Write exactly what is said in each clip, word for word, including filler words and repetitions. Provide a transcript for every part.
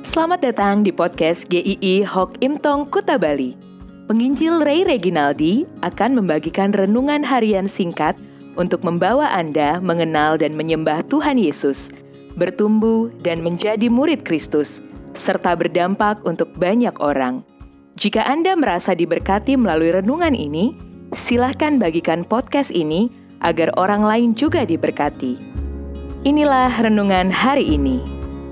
Selamat datang di podcast G I I Hok Imtong Kuta Bali. Penginjil Ray Reginaldi akan membagikan renungan harian singkat untuk membawa Anda mengenal dan menyembah Tuhan Yesus, bertumbuh dan menjadi murid Kristus, serta berdampak untuk banyak orang. Jika Anda merasa diberkati melalui renungan ini, silahkan bagikan podcast ini agar orang lain juga diberkati. Inilah renungan hari ini.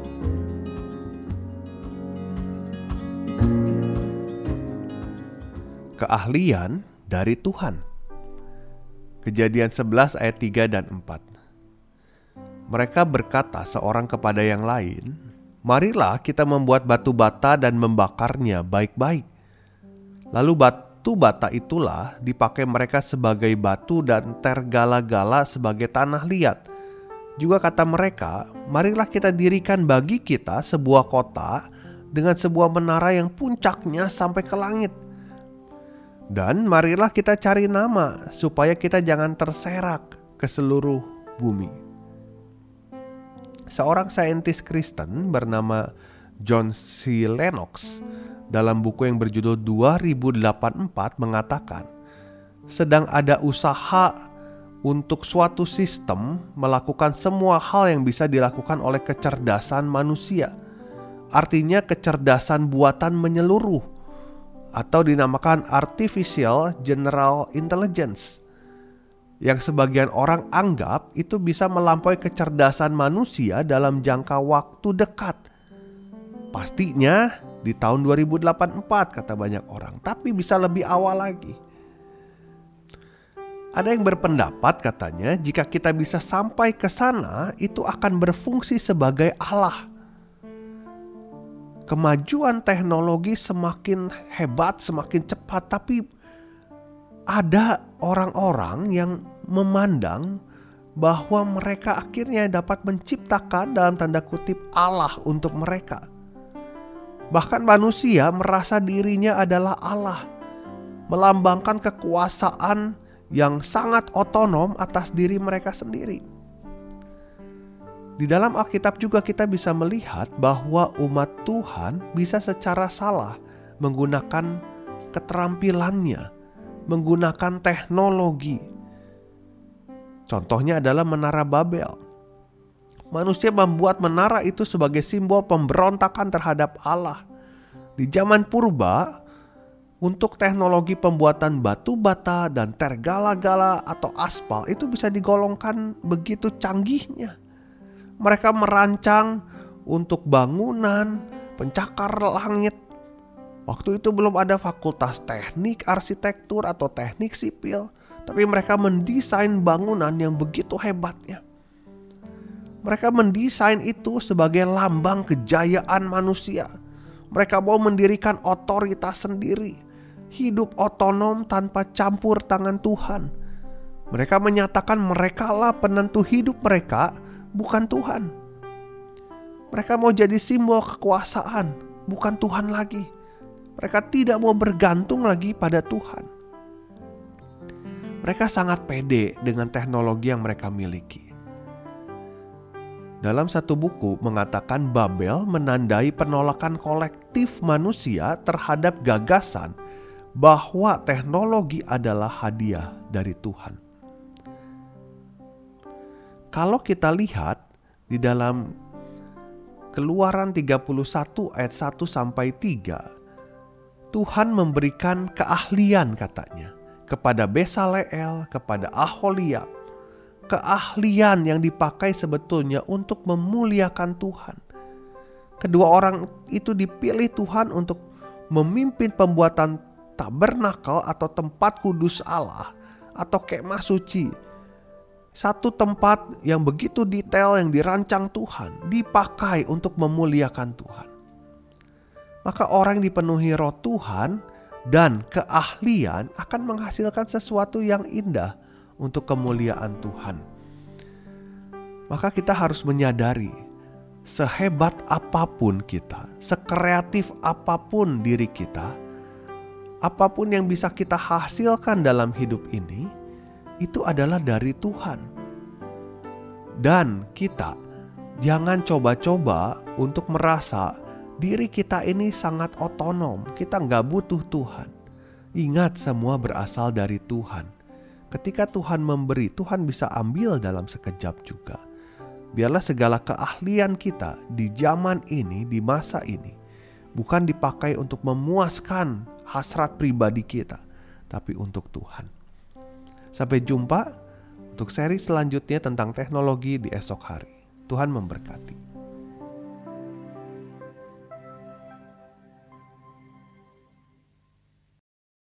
Keahlian dari Tuhan. Kejadian sebelas ayat tiga dan empat. Mereka berkata seorang kepada yang lain, "Marilah kita membuat batu bata dan membakarnya baik-baik." Lalu batu bata itulah dipakai mereka sebagai batu dan tergala-gala sebagai tanah liat. Juga kata mereka, "Marilah kita dirikan bagi kita sebuah kota dengan sebuah menara yang puncaknya sampai ke langit. Dan marilah kita cari nama supaya kita jangan terserak ke seluruh bumi." Seorang saintis Kristen bernama John C. Lennox dalam buku yang berjudul dua ribu delapan puluh empat mengatakan, sedang ada usaha untuk suatu sistem melakukan semua hal yang bisa dilakukan oleh kecerdasan manusia. Artinya kecerdasan buatan menyeluruh, atau dinamakan Artificial General Intelligence, yang sebagian orang anggap itu bisa melampaui kecerdasan manusia dalam jangka waktu dekat. Pastinya di tahun dua ribu delapan puluh empat kata banyak orang, tapi bisa lebih awal lagi. Ada yang berpendapat katanya jika kita bisa sampai ke sana, itu akan berfungsi sebagai Allah. Kemajuan teknologi semakin hebat, semakin cepat, tapi ada orang-orang yang memandang bahwa mereka akhirnya dapat menciptakan dalam tanda kutip Allah untuk mereka. Bahkan manusia merasa dirinya adalah Allah, melambangkan kekuasaan yang sangat otonom atas diri mereka sendiri. Di dalam Alkitab juga kita bisa melihat bahwa umat Tuhan bisa secara salah menggunakan keterampilannya, menggunakan teknologi. Contohnya adalah Menara Babel. Manusia membuat menara itu sebagai simbol pemberontakan terhadap Allah. Di zaman purba, untuk teknologi pembuatan batu bata dan tergala-gala atau aspal itu bisa digolongkan begitu canggihnya. Mereka merancang untuk bangunan, pencakar langit. Waktu itu belum ada fakultas teknik arsitektur atau teknik sipil, tapi mereka mendesain bangunan yang begitu hebatnya. Mereka mendesain itu sebagai lambang kejayaan manusia. Mereka mau mendirikan otoritas sendiri, hidup otonom tanpa campur tangan Tuhan. Mereka menyatakan merekalah penentu hidup mereka, bukan Tuhan. Mereka mau jadi simbol kekuasaan, bukan Tuhan lagi. Mereka tidak mau bergantung lagi pada Tuhan. Mereka sangat pede dengan teknologi yang mereka miliki. Dalam satu buku mengatakan Babel menandai penolakan kolektif manusia terhadap gagasan bahwa teknologi adalah hadiah dari Tuhan. Kalau kita lihat di dalam Keluaran tiga puluh satu ayat satu sampai tiga, Tuhan memberikan keahlian katanya kepada Besaleel, kepada Aholiab. Keahlian yang dipakai sebetulnya untuk memuliakan Tuhan. Kedua orang itu dipilih Tuhan untuk memimpin pembuatan tabernakel atau tempat kudus Allah atau kemah suci. Satu tempat yang begitu detail yang dirancang Tuhan dipakai untuk memuliakan Tuhan. Maka orang yang dipenuhi roh Tuhan dan keahlian akan menghasilkan sesuatu yang indah untuk kemuliaan Tuhan. Maka kita harus menyadari, sehebat apapun kita, sekreatif apapun diri kita, apapun yang bisa kita hasilkan dalam hidup ini, itu adalah dari Tuhan. Dan kita jangan coba-coba untuk merasa diri kita ini sangat otonom, kita nggak butuh Tuhan. Ingat, semua berasal dari Tuhan. Ketika Tuhan memberi, Tuhan bisa ambil dalam sekejap juga. Biarlah segala keahlian kita di zaman ini, di masa ini, bukan dipakai untuk memuaskan hasrat pribadi kita, tapi untuk Tuhan. Sampai jumpa untuk seri selanjutnya tentang teknologi di esok hari. Tuhan memberkati.